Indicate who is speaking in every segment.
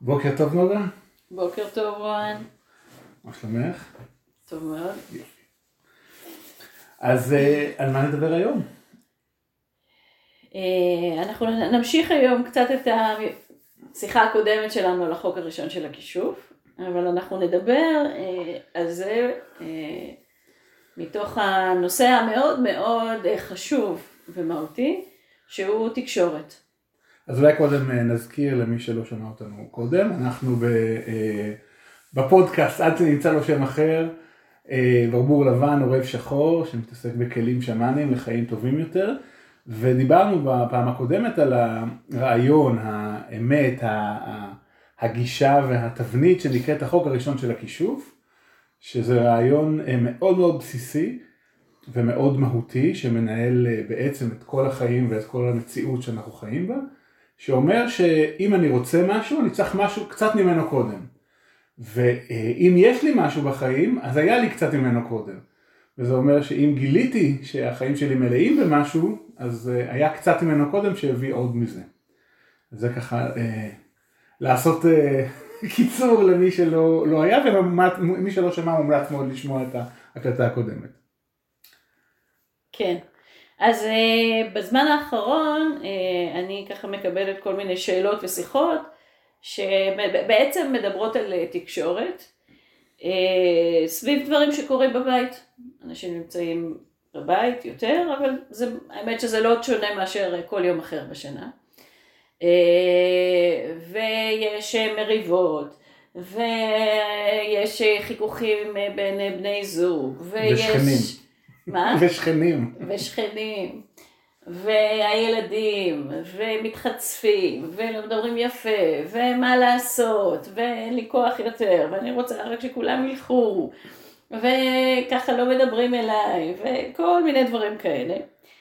Speaker 1: בוקר טוב נוגה.
Speaker 2: בוקר טוב רוען.
Speaker 1: מה שלומך?
Speaker 2: טוב מאוד.
Speaker 1: אז על מה נדבר היום?
Speaker 2: אנחנו נמשיך היום קצת את השיחה הקודמת שלנו על החוק הראשון של הכישוף, אבל אנחנו נדבר על זה מתוך הנושא המאוד מאוד חשוב ומהותי, שהוא תקשורת.
Speaker 1: אז אולי קודם נזכיר למי שלא שמע אותנו קודם, אנחנו בפודקאסט עד שנמצא לו שם אחר, ברבור לבן עורב שחור, שמתעסק בכלים שמאנים לחיים טובים יותר, ודיברנו בפעם הקודמת על הרעיון, האמת, הגישה והתבנית שנקראת החוק הראשון של הכישוף, שזה רעיון מאוד מאוד בסיסי ומאוד מהותי, שמנהל בעצם את כל החיים ואת כל המציאות שאנחנו חיים בה, שאומר שאם אני רוצה משהו, אני צריך משהו קצת ממנו קודם. ואם יש לי משהו בחיים, אז היה לי קצת ממנו קודם. וזה אומר שאם גיליתי שהחיים שלי מלאים במשהו, אז היה קצת ממנו קודם שהביא עוד מזה. אז זה ככה לעשות קיצור למי שלא היה, ומי שלא שמע מומלץ מאוד לשמוע את ההקלטה הקודמת.
Speaker 2: כן. אז בזמן האחרון אני ככה מקבלת כל מיני שאלות ושיחות שבעצם מדברות על תקשורת סביב דברים שקורים בבית. אנשים נמצאים בבית יותר, אבל האמת שזה לא שונה מאשר כל יום אחר בשנה. ויש מריבות, ויש חיכוכים בין בני זוג,
Speaker 1: ושכנים.
Speaker 2: מה?
Speaker 1: ושכנים.
Speaker 2: והילדים, ומתחצפים, ולא מדברים יפה, ומה לעשות, ואין לי כוח יותר, ואני רוצה רק שכולם ילכו, וככה לא מדברים אליי, וכל מיני דברים כאלה.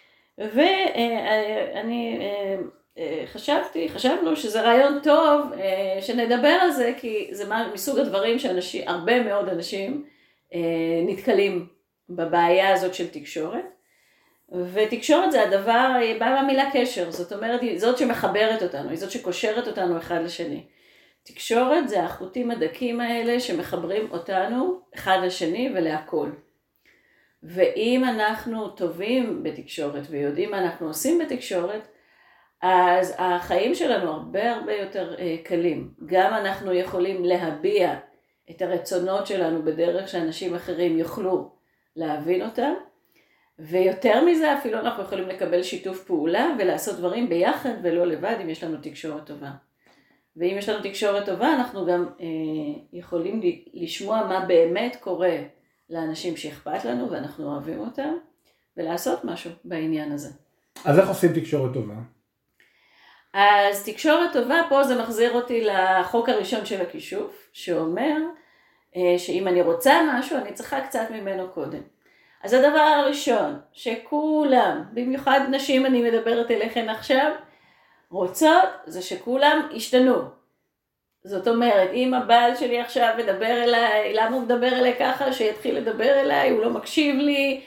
Speaker 2: ואני חשבנו שזה רעיון טוב שנדבר על זה, כי זה מסוג הדברים הרבה מאוד אנשים נתקלים בבעיה הזאת של תקשורת. ותקשורת זה הדבר, בא מהמילה קשר, זאת אומרת, היא זאת שמחברת אותנו, היא זאת שקושרת אותנו אחד לשני. תקשורת זה החוטים הדקים האלה שמחברים אותנו אחד לשני ולהכל. ואם אנחנו טובים בתקשורת ויודעים מה אנחנו עושים בתקשורת, אז החיים שלנו הרבה יותר קלים. גם אנחנו יכולים להביע את הרצונות שלנו בדרך שאנשים אחרים יוכלו להבין אותם, ויותר מזה אפילו אנחנו יכולים לקבל שיתוף פעולה ולעשות דברים ביחד ולא לבד אם יש לנו תקשורת טובה. ואם יש לנו תקשורת טובה אנחנו גם יכולים לשמוע מה באמת קורה לאנשים שאכפת לנו ואנחנו אוהבים אותם, ולעשות משהו בעניין הזה.
Speaker 1: אז איך עושים תקשורת טובה?
Speaker 2: אז תקשורת טובה, פה זה מחזיר אותי לחוק הראשון של הכישוף, שאומר שאם אני רוצה משהו אני צריכה קצת ממנו קודם. אז הדבר הראשון שכולם, במיוחד נשים, אני מדברת אליכן עכשיו, רוצות זה שכולם ישתנו. זאת אומרת, אם הבעל שלי עכשיו מדבר אליי, למה הוא מדבר אליי ככה? שיתחיל לדבר אליי, הוא לא מקשיב לי,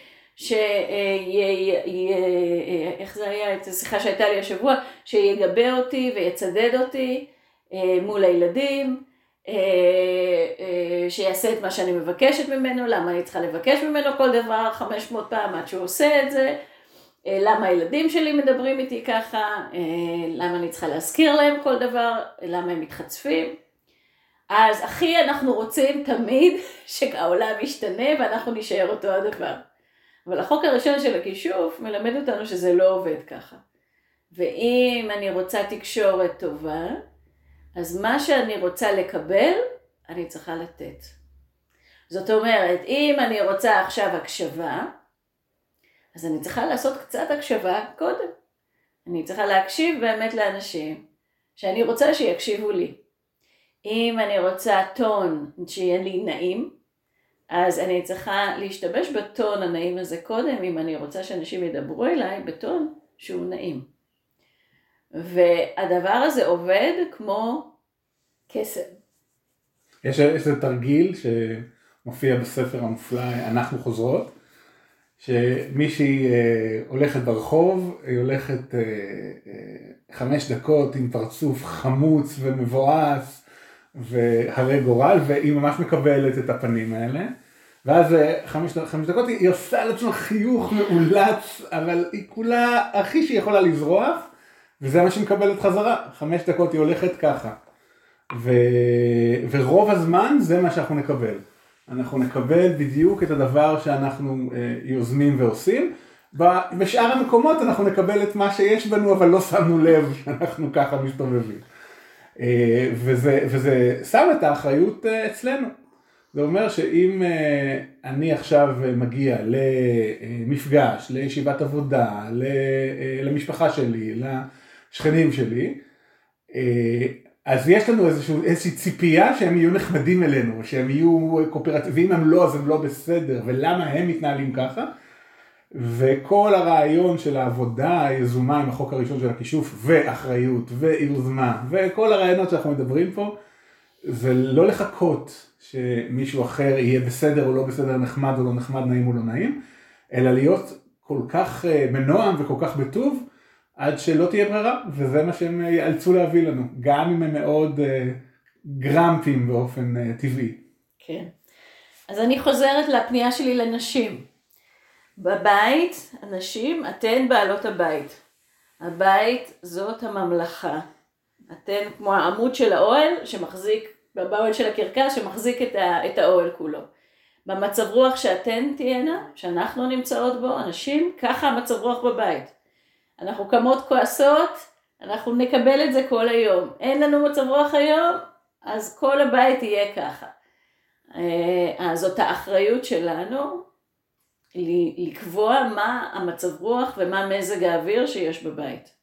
Speaker 2: איך זה היה, את השיחה שהייתה לי השבוע, שיגבה אותי ויצדד אותי מול הילדים, שיעשה את מה שאני מבקשת ממנו, למה אני צריכה לבקש ממנו כל דבר 500 פעם עד שהוא עושה את זה, למה הילדים שלי מדברים איתי ככה, למה אני צריכה להזכיר להם כל דבר, למה הם מתחצפים. אז אחי, אנחנו רוצים תמיד שהעולם ישתנה ואנחנו נשאר אותו הדבר. אבל החוק הראשון של הכישוף מלמד אותנו שזה לא עובד ככה. ואם אני רוצה תקשורת טובה, אז מה שאני רוצה לקבל, אני צריכה לתת. זאת אומרת, אם אני רוצה עכשיו הקשבה, אז אני צריכה לעשות קצת הקשבה קודם. אני צריכה להקשיב באמת לאנשים שאני רוצה שיקשיבו לי. אם אני רוצה טון שיהיה לי נעים, אז אני צריכה להשתמש בטון הנעים הזה קודם, אם אני רוצה שאנשים ידברו אליי בטון שהוא נעים. והדבר הזה עובד כמו קסם.
Speaker 1: יש איזה תרגיל שמופיע בספר המופלא אנחנו חוזרות, שמישהי הולכת ברחוב, היא הולכת 5 דקות עם פרצוף חמוץ ומבואס, והרי גורל, והיא ממש מקבלת את הפנים האלה. ואז 5 דקות היא עושה על עצמה חיוך מאולץ, אבל היא כולה הכי שהיא יכולה לזרוח, וזה מה שהיא מקבלת חזרה. 5 דקות היא הולכת ככה. ורוב הזמן זה מה שאנחנו נקבל. אנחנו נקבל בדיוק את הדבר שאנחנו יוזמים ועושים. בשאר המקומות אנחנו נקבל את מה שיש בנו, אבל לא שמנו לב שאנחנו ככה מסתובבים. וזה שם את האחריות אצלנו. זה אומר שאם אני עכשיו מגיע למפגש, לישיבת עבודה, למשפחה שלי, לשכנים שלי, אז יש לנו איזושהי ציפייה שהם יהיו נחמדים אלינו, שהם יהיו קואופרטיביים, ואם הם לא, אז הם לא בסדר, ולמה הם מתנהלים ככה. וכל הרעיון של העבודה היזומה עם החוק הראשון של הכישוף, ואחריות, ויוזמה, וכל הרעיונות שאנחנו מדברים פה, זה לא לחכות שמישהו אחר יהיה בסדר או לא בסדר, נחמד או לא נחמד, נעים או לא נעים, אלא להיות כל כך בנועם וכל כך בטוב, עד שלא תהיה ברירה, וזה מה שהם יאלצו להביא לנו, גם אם הם מאוד גרמפים באופן טבעי.
Speaker 2: כן. אז אני חוזרת לפנייה שלי לנשים. בבית, הנשים, אתן בעלות הבית. הבית זאת הממלכה. אתן כמו העמוד של האוהל שמחזיק, באוהל של הקרקס שמחזיק את האוהל כולו. במצב רוח שאתן תהיינה, שאנחנו נמצאות בו, אנשים, ככה המצב רוח בבית. אנחנו קמות כועסות, אנחנו נקבל את זה כל היום. אין לנו מצב רוח היום, אז כל הבית יהיה ככה. אז זאת האחריות שלנו, לקבוע מה המצב רוח ומה מזג האוויר שיש בבית.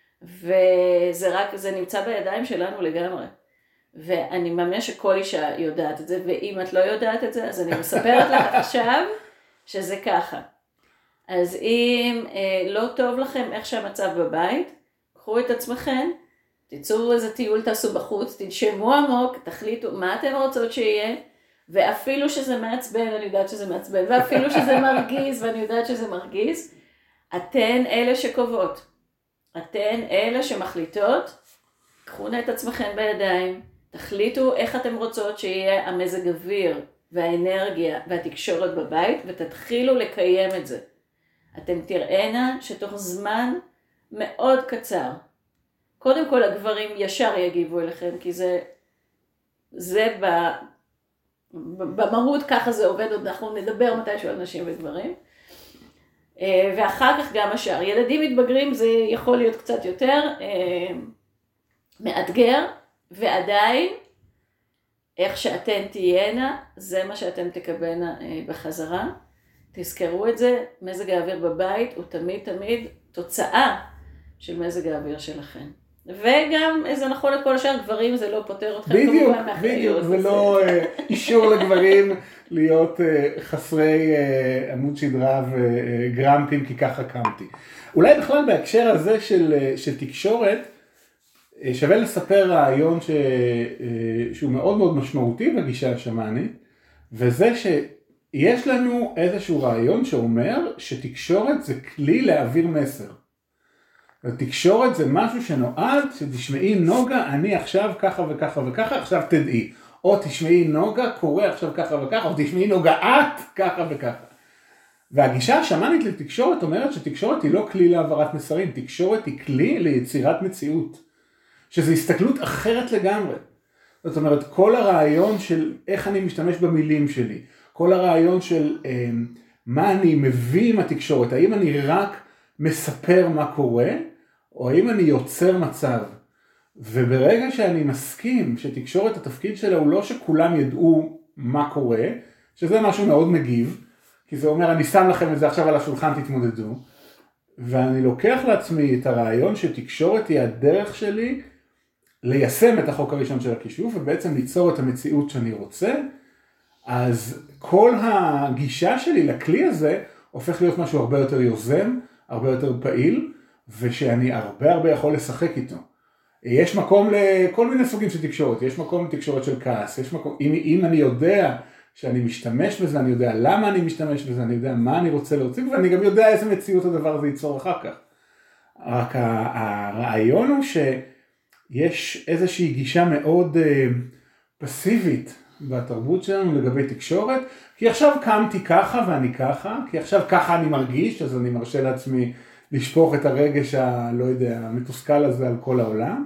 Speaker 2: זה נמצא בידיים שלנו לגמרי. ואני מאמינה שכל אישה יודעת את זה, ואם את לא יודעת את זה, אז אני מספרת לך עכשיו שזה ככה. אז אם לא טוב לכם איך שהמצב בבית, קחו את עצמכם, תצאו איזה טיול, תעשו בחוץ, תנשמו עמוק, תחליטו מה אתם רוצות שיהיה, ואפילו שזה מעצבן, אני יודעת שזה מעצבן, ואפילו שזה מרגיז, ואני יודעת שזה מרגיז, אתן אלה שקובעות, אתן אלה שמחליטות, קחו את עצמכם בידיים, תחליטו איך אתם רוצות שיהיה המזג אוויר, והאנרגיה והתקשורת בבית, ותתחילו לקיים את זה. אתם תראינה שתוך זמן מאוד קצר, קודם כל הגברים ישר יגיבו אליכם, כי זה במהות ככה זה עובד, עוד אנחנו נדבר מתישהו על נשים וגברים. ואחר כך גם השאר. ילדים מתבגרים זה יכול להיות קצת יותר מאתגר, ועדיין איך שאתן תהיינה, זה מה שאתן תקבלנה בחזרה. תזכרו את זה, מזג האוויר בבית הוא תמיד תמיד תוצאה של מזג האוויר שלכם. וגם זה נכון לכל השאר, גברים זה לא פותר אתכם כמובן מאחריות.
Speaker 1: בדיוק, זה לא אישור לגברים להיות חסרי עמוד שדרה וגרמפים כי ככה קמתי. אולי בכלל בהקשר הזה של תקשורת, שווה לספר רעיון שהוא מאוד מאוד משמעותי בגישה השמאנית, וזה שיש לנו איזשהו רעיון שאומר שתקשורת זה כלי להעביר מסר. תקשורת זה משהו שנועד, שתשמעי נוגה, אני עכשיו ככה וככה וככה, עכשיו תדעי. או תשמעי נוגה, קורא עכשיו ככה וככה, או תשמעי נוגה, את ככה וככה. והגישה השמאנית לתקשורת אומרת שתקשורת היא לא כלי להעברת מסרים, תקשורת היא כלי ליצירת מציאות. שזו הסתכלות אחרת לגמרי. זאת אומרת, כל הרעיון של איך אני משתמש במילים שלי, כל הרעיון של מה אני מביא עם התקשורת, האם אני רק מספר מה קורה, או האם אני יוצר מצב. וברגע שאני מסכים שתקשורת התפקיד שלה הוא לא שכולם ידעו מה קורה, שזה משהו מאוד מגיב, כי זה אומר אני שם לכם את זה עכשיו על השולחן תתמודדו, ואני לוקח לעצמי את הרעיון שתקשורת היא הדרך שלי ליישם את החוק הראשון של הכישוף, ובעצם ליצור את המציאות שאני רוצה, אז כל הגישה שלי לכלי הזה הופך להיות משהו הרבה יותר יוזם, הרבה יותר פעיל, ושאני הרבה יכול לשחק איתו. יש מקום לכל מיני סוגים של תקשורת, יש מקום לתקשורת של כעס, יש מקום, אם אני יודע שאני משתמש בזה, אני יודע למה אני משתמש בזה, אני יודע מה אני רוצה להוציא, ואני גם יודע איזה מציאות הדבר הזה ייצור אחר כך. רק הרעיון הוא שיש איזושהי גישה מאוד פסיבית בתרבות שלנו לגבי תקשורת, כי עכשיו קמתי ככה ואני ככה, כי עכשיו ככה אני מרגיש, אז אני מרשה לעצמי לשפוך את הרגש לא יודע, המתוסכל הזה על כל העולם,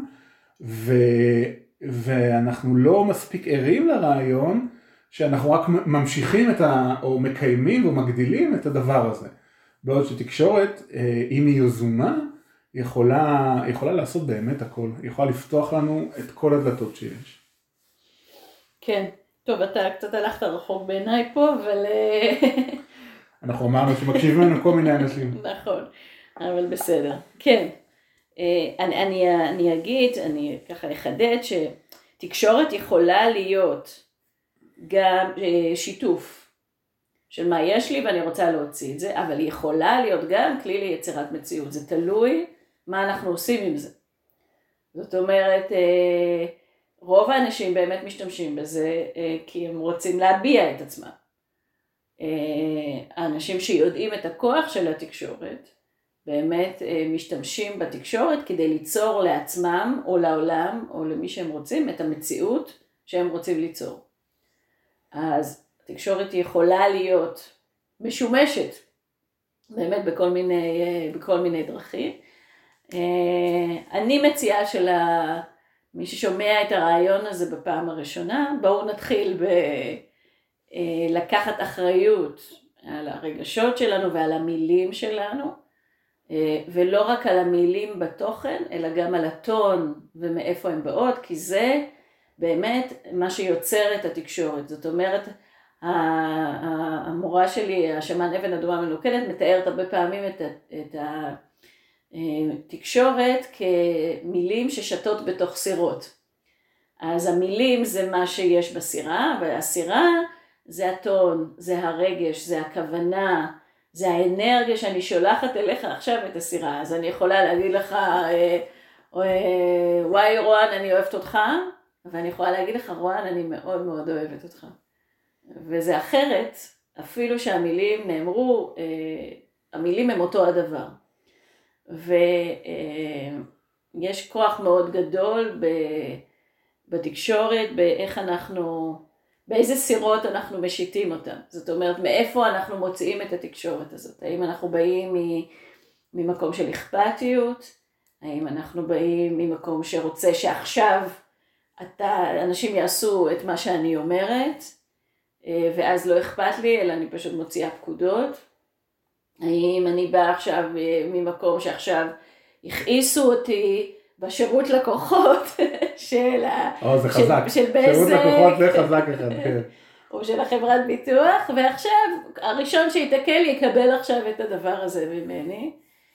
Speaker 1: ואנחנו לא מספיק ערים לרעיון, שאנחנו רק ממשיכים או מקיימים או מגדילים את הדבר הזה. בעוד שתקשורת, אם היא יזומה, יכולה לעשות באמת הכל, היא יכולה לפתוח לנו את כל הדלתות שיש.
Speaker 2: כן, טוב, אתה קצת הלכת רחוק בעיניי פה, אבל...
Speaker 1: אנחנו אמרנו שמקשיבים לנו כל מיני אנשים.
Speaker 2: נכון, אבל בסדר. כן, אני אגיד, אני ככה אחדד שתקשורת יכולה להיות גם שיתוף של מה יש לי ואני רוצה להוציא את זה, אבל היא יכולה להיות גם כלי ליצירת מציאות. זה תלוי מה אנחנו עושים עם זה. זאת אומרת, רוב האנשים באמת משתמשים בזה כי הם רוצים להביע את עצמם. האנשים שיודעים את הכוח של התקשורת, באמת משתמשים בתקשורת כדי ליצור לעצמם או לעולם או למי שהם רוצים את המציאות שהם רוצים ליצור. אז התקשורת יכולה להיות משומשת באמת בכל מיני דרכים. אני מציעה מי ששומע את הרעיון הזה בפעם הראשונה, בואו נתחיל לקחת אחריות על הרגשות שלנו ועל המילים שלנו, ולא רק על המילים בתוכן, אלא גם על הטון ומאיפה הן באות, כי זה באמת מה שיוצר את התקשורת. זאת אומרת, המורה שלי, השמן אבן אדומה מלוכדת, מתארת הרבה פעמים את התקשורת כמילים ששתות בתוך סירות. אז המילים זה מה שיש בסירה, והסירה זה הטון, זה הרגש, זה הכוונה, זה האנרגיה שאני שולחת אליך עכשיו את הסירה. אז אני יכולה להגיד לך, וואי רואן, אני אוהבת אותך, ואני יכולה להגיד לך, רואן, אני מאוד מאוד אוהבת אותך. וזה אחרת, אפילו שהמילים נאמרו, המילים הם אותו הדבר. ויש כוח מאוד גדול בתקשורת, באיזה סירות אנחנו משיתים אותם. זאת אומרת, מאיפה אנחנו מוציאים את התקשורת הזאת? האם אנחנו באים ממקום של אכפתיות? האם אנחנו באים ממקום שרוצה שעכשיו אנשים יעשו את מה שאני אומרת, ואז לא אכפת לי, אלא אני פשוט מוציאה פקודות? האם אני באה עכשיו ממקום שעכשיו הכעיסו אותי בשירות לקוחות של בזק,
Speaker 1: שירות לקוחות זה חזק אחד, כן.
Speaker 2: או של החברת ביטוח, ועכשיו הראשון שיתקל יקבל עכשיו את הדבר הזה ממני.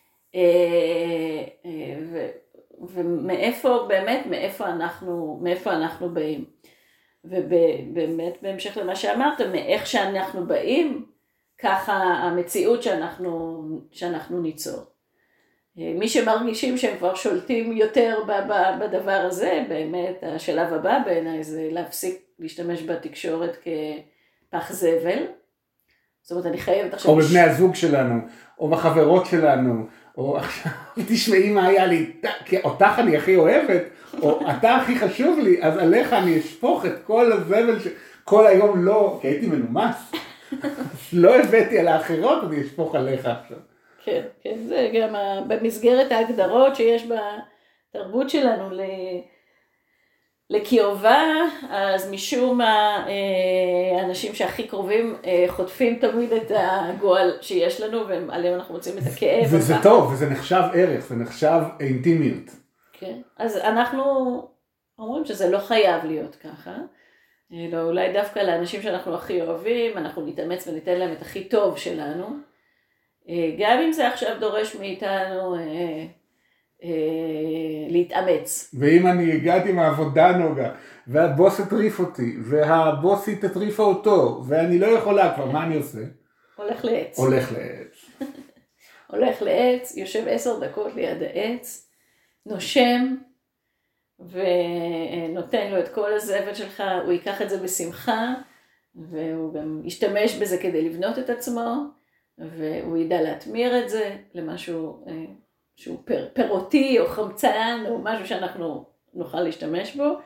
Speaker 2: ומאיפה, באמת, מאיפה אנחנו באים. ובאמת, בהמשך למה שאמרת, מאיך שאנחנו באים, ככה המציאות שאנחנו ניצור. מי שמרגישים שהם כבר שולטים יותר בדבר הזה, באמת השלב הבא בעיניי זה להפסיק להשתמש בתקשורת כפח זבל. זאת אומרת, אני חייבת עכשיו...
Speaker 1: או בבני הזוג שלנו, או בחברות שלנו, או עכשיו תשמעי מה היה לי, כי אותך אני הכי אוהבת, או אתה הכי חשוב לי, אז עליך אני אשפוך את כל הזבל שכל היום לא, כי הייתי מנומס, לא הבאתי על האחרות, אני אשפוך עליך עכשיו.
Speaker 2: כן, כן, זה גם במסגרת ההגדרות שיש בתרבות שלנו לקרבה, אז משום מה האנשים שהכי קרובים חוטפים תמיד את הגועל שיש לנו, ועליהם אנחנו מוצאים את הכאב.
Speaker 1: וזה טוב, וזה נחשב ערך, זה נחשב אינטימיות.
Speaker 2: כן, אז אנחנו אומרים שזה לא חייב להיות ככה, אלא אולי דווקא לאנשים שאנחנו הכי אוהבים, אנחנו נתאמץ וניתן להם את הכי טוב שלנו, גם אם זה עכשיו דורש מאיתנו להתאמץ.
Speaker 1: ואם אני הגעתי מהעבודה נוגה, והבוס הטריף אותי, והבוסית הטריפה אותו, ואני לא יכולה כבר, מה אני עושה?
Speaker 2: הולך לעץ. הולך לעץ, יושב 10 דקות ליד העץ, נושם, ונותן לו את כל הזבל שלך, הוא ייקח את זה בשמחה, והוא גם ישתמש בזה כדי לבנות את עצמו, והוא ידע להתמיר את זה למשהו שהוא פירותי או חמצן או משהו שאנחנו נוכל להשתמש בו,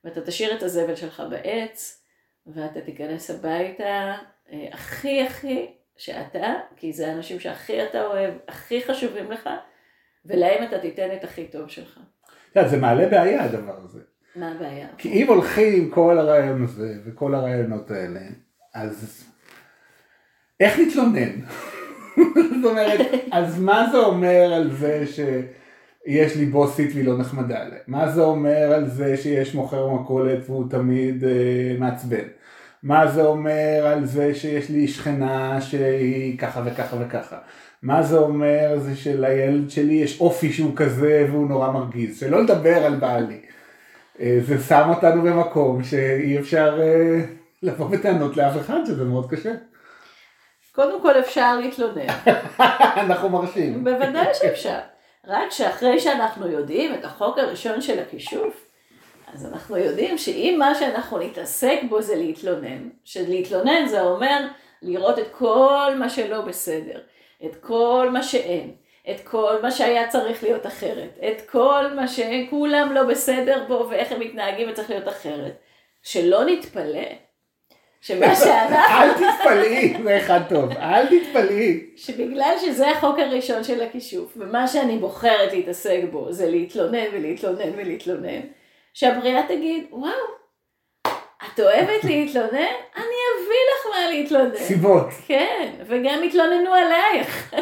Speaker 2: ואתה תשאיר את הזבל שלך בעץ, ואתה תיכנס הביתה הכי שאתה, כי זה האנשים שהכי אתה אוהב, הכי חשובים לך, ולהם אתה תיתן את הכי טוב שלך.
Speaker 1: זה מעלה בעיה הדבר הזה.
Speaker 2: מה הבעיה?
Speaker 1: כי אם הולכים כל הרעיון הזה וכל הרעיונות האלה, אז איך נתלונן? זאת אומרת, אז מה זה אומר על זה שיש לי בוסית והיא לא נחמדה עליה? מה זה אומר על זה שיש מוכר מכולת והוא תמיד מעצבן? מה זה אומר על זה שיש לי שכנה שהיא ככה וככה וככה? מה זה אומר זה שלילד שלי יש אופי שהוא כזה והוא נורא מרגיז? שלא לדבר על בעלי. זה שם אותנו במקום שאי אפשר לבוא בטענות לאף אחד, שזה מאוד קשה.
Speaker 2: קודם כל אפשר להתלונן.
Speaker 1: אנחנו מרשים.
Speaker 2: בוודאי שאפשר. רק שאחרי שאנחנו יודעים את החוק הראשון של הכישוף, אז אנחנו יודעים שאם מה שאנחנו נתעסק בו זה להתלונן, שלהתלונן זה אומר לראות את כל מה שלא בסדר, את כל מה שאין, את כל מה שהיה צריך להיות אחרת, את כל מה שכולם לא בסדר בו ואיך הם מתנהגים וצריך להיות אחרת. שלא נתפלא. שמה שאנחנו...
Speaker 1: אל תתפלאי, זה אחד טוב, אל תתפלאי.
Speaker 2: שבגלל שזה החוק הראשון של הכישוף, ומה שאני בוחרת להתעסק בו זה להתלונן ולהתלונן ולהתלונן, שהבריאה תגיד, וואו, את אוהבת להתלונן? אני אביא לך מה להתלונן.
Speaker 1: סיבות.
Speaker 2: כן, וגם התלוננו עלייך.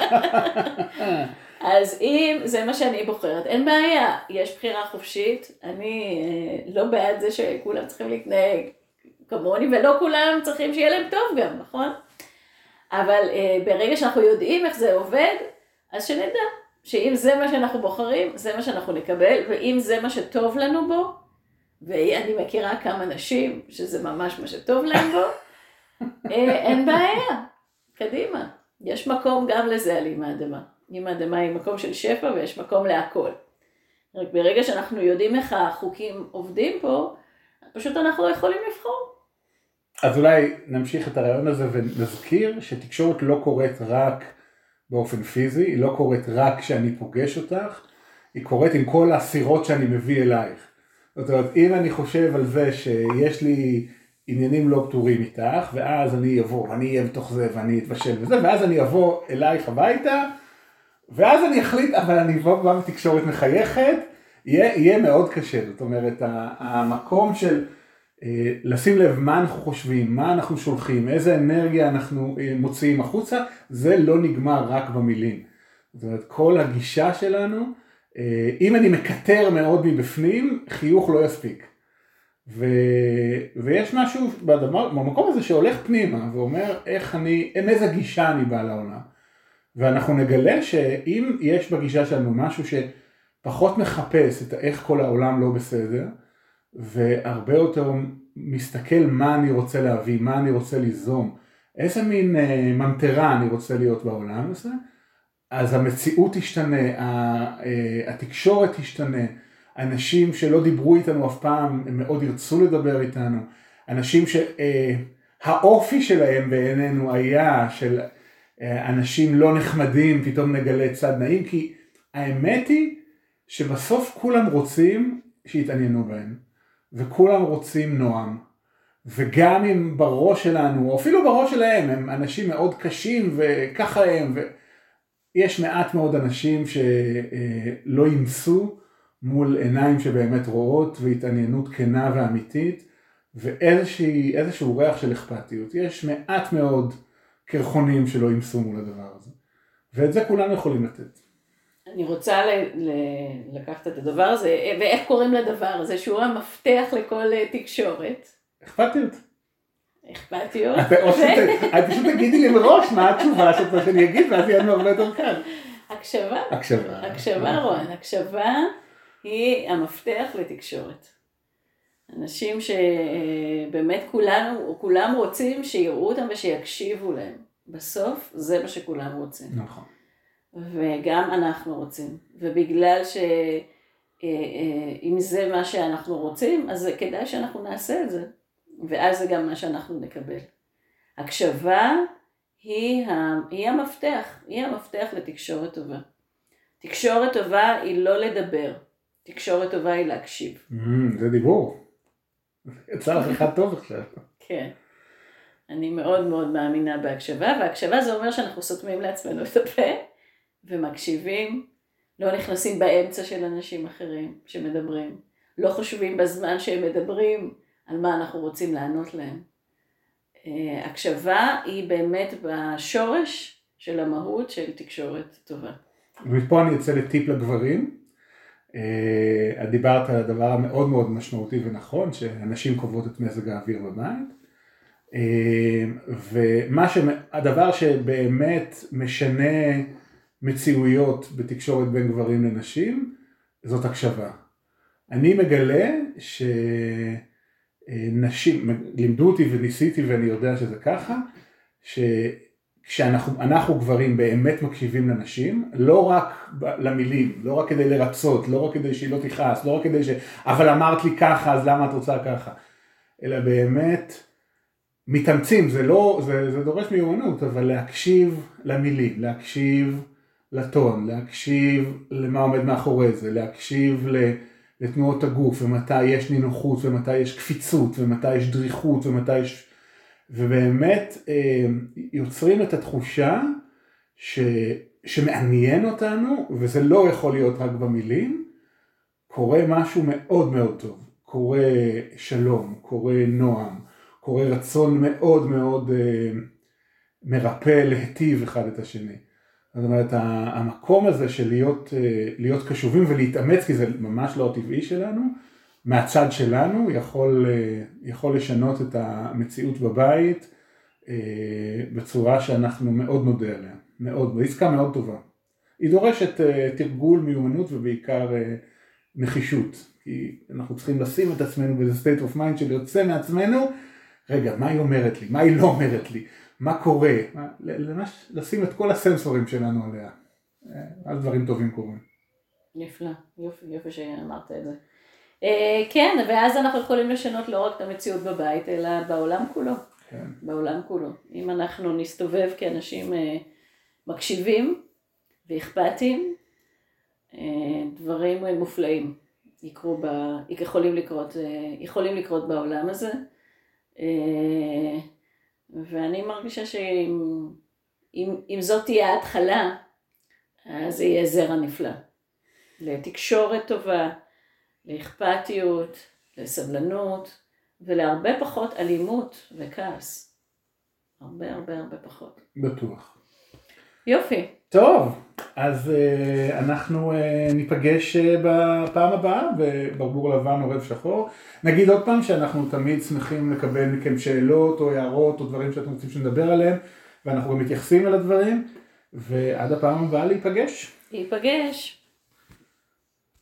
Speaker 2: אז אם זה מה שאני בוחרת, אין בעיה, יש בחירה חופשית, אני לא בעד זה שכולם צריכים להתנהג כמוני, ולא כולם צריכים שיהיה להם טוב גם, נכון? אבל ברגע שאנחנו יודעים איך זה עובד, אז שנדע שאם זה מה שאנחנו בוחרים, זה מה שאנחנו נקבל, ואם זה מה שטוב לנו בו, ואני מכירה כמה נשים שזה ממש מה שטוב להם בו, אין בעיה, קדימה. יש מקום גם לזה על אימא האדמה. אימא האדמה היא מקום של שפע ויש מקום להכל. רק ברגע שאנחנו יודעים איך החוקים עובדים פה, פשוט אנחנו יכולים לבחור.
Speaker 1: אז אולי נמשיך את הרעיון הזה ונזכיר שתקשורת לא קורית רק באופן פיזי, היא לא קורית רק כשאני פוגש אותך, היא קורית עם כל הסירות שאני מביא אלייך. זאת אומרת, אם אני חושב על זה שיש לי עניינים לא פתורים איתך, ואז אני אבוא, ואני אהיה בתוך זה, ואני אתבשל וזה, ואז אני אבוא אלייך הביתה, ואז אני אחליט, אבל אני אבוא בתקשורת מחייכת, יהיה מאוד קשה. זאת אומרת, המקום של לשים לב מה אנחנו חושבים, מה אנחנו שולחים, איזה אנרגיה אנחנו מוציאים החוצה, זה לא נגמר רק במילים. זאת אומרת, כל הגישה שלנו, אם אני מקטר מאוד מבפנים, חיוך לא יספיק. ויש משהו במקום הזה שהולך פנימה, ואומר עם איזה גישה אני בא לעולם. ואנחנו נגלה שאם יש בגישה שלנו משהו שפחות מחפש את איך כל העולם לא בסדר, והרבה יותר מסתכל מה אני רוצה להביא, מה אני רוצה ליזום, איזה מין ממטרה אני רוצה להיות בעולם הזה, אז המציאות תשתנה, התקשורת תשתנה, אנשים שלא דיברו איתנו אף פעם, הם מאוד ירצו לדבר איתנו, אנשים שהאופי שלהם בעינינו היה של אנשים לא נחמדים, פתאום נגלה צד נעים, כי האמת היא שבסוף כולם רוצים שיתעניינו בהם, וכולם רוצים נועם, וגם אם בראש שלנו, או אפילו בראש שלהם, הם אנשים מאוד קשים וככה הם, יש מעט מאוד אנשים שלא ימסו מול עיניים שבאמת רואות, והתעניינות כנה ואמיתית, ואיזשהו ריח של אכפתיות. יש מעט מאוד קרחונים שלא ימסו מול הדבר הזה. ואת זה כולם יכולים לתת.
Speaker 2: אני רוצה לקחת את הדבר הזה, ואיך קוראים לדבר הזה, שהוא המפתח לכל תקשורת.
Speaker 1: אכפתיות.
Speaker 2: אכפתיות.
Speaker 1: את פשוט תגידי לי מראש מה התשובה שאתה שאני אגיד, ואז יהיה לנו הרבה יותר קל.
Speaker 2: הקשבה.
Speaker 1: הקשבה.
Speaker 2: הקשבה, רון. הקשבה היא המפתח לתקשורת. אנשים שבאמת כולם רוצים שיראו אותם ושיקשיבו להם. בסוף זה מה שכולם רוצים.
Speaker 1: נכון.
Speaker 2: וגם אנחנו רוצים. ובגלל שאם זה מה שאנחנו רוצים, אז כדאי שאנחנו נעשה את זה. ואז זה גם מה שאנחנו נקבל. הקשבה היא המפתח לתקשורת טובה. תקשורת טובה היא לא לדבר. תקשורת טובה היא להקשיב.
Speaker 1: זה דיבור. יצא לך אחד טוב עכשיו.
Speaker 2: כן. אני מאוד מאוד מאמינה בהקשבה, והקשבה זה אומר שאנחנו סותמים לעצמנו את הפה, ומקשיבים, לא נכנסים באמצע של אנשים אחרים שמדברים, לא חושבים בזמן שהם מדברים על מה אנחנו רוצים לענות להם. הקשבה היא באמת בשורש של המהות של תקשורת טובה.
Speaker 1: ומפה אני יוצא לטיפ לגברים. את דיברת על הדבר המאוד מאוד משמעותי ונכון, שאנשים קובעות את מזג האוויר בבית. והדבר שבאמת משנה מציאויות בתקשורת בין גברים לנשים, זאת הקשבה. אני מגלה שנשים, לימדו אותי וניסיתי ואני יודע שזה ככה, כשאנחנו גברים באמת מקשיבים לנשים, לא רק למילים, לא רק כדי לרצות, לא רק כדי שהיא לא תכעס, לא רק כדי אבל אמרת לי ככה, אז למה את רוצה ככה? אלא באמת מתאמצים, זה דורש מיומנות, אבל להקשיב למילים, להקשיב לטון, להקשיב למה עומד מאחורי זה, להקשיב לתנועות הגוף, ומתי יש נינוחות, ומתי יש קפיצות, ומתי יש דריכות, ובאמת יוצרים את התחושה שמעניין אותנו, וזה לא יכול להיות רק במילים, קורה משהו מאוד מאוד טוב, קורה שלום, קורה נועם, קורה רצון מאוד מאוד מרפא להטיב אחד את השני. זאת אומרת, המקום הזה של להיות קשובים ולהתאמץ, כי זה ממש לא הטבעי שלנו, מהצד שלנו יכול לשנות את המציאות בבית בצורה שאנחנו מאוד נודה עליה. מאוד, בעסקה מאוד טובה. היא דורשת תרגול, מיומנות ובעיקר נחישות. כי אנחנו צריכים לשים את עצמנו באיזה state of mind של יוצא מעצמנו, רגע, מה היא אומרת לי? מה היא לא אומרת לי? מה קורה? לשים את כל הסנסורים שלנו עליה. אז דברים טובים קורים.
Speaker 2: נפלא, יופי שאמרת את זה. כן, ואז אנחנו יכולים לשנות לא רק את המציאות בבית, אלא בעולם כולו.
Speaker 1: כן. בעולם
Speaker 2: כולו. אם אנחנו נסתובב כאנשים מקשיבים ואכפתיים, דברים מופלאים יכולים לקרות בעולם הזה. ואני מרגישה שאם זאת תהיה ההתחלה, אז זה יהיה זרע נפלא. לתקשורת טובה, לאכפתיות, לסבלנות, ולהרבה פחות אלימות וכעס. הרבה פחות.
Speaker 1: בטוח.
Speaker 2: יופי.
Speaker 1: טוב, אז אנחנו ניפגש בפעם הבאה בברבור לבן עורב שחור. נגיד עוד פעם שאנחנו תמיד שמחים לקבל מכם שאלות או הערות או דברים שאתם רוצים שנדבר עליהם, ואנחנו גם מתייחסים על הדברים, ועד הפעם הבאה להיפגש.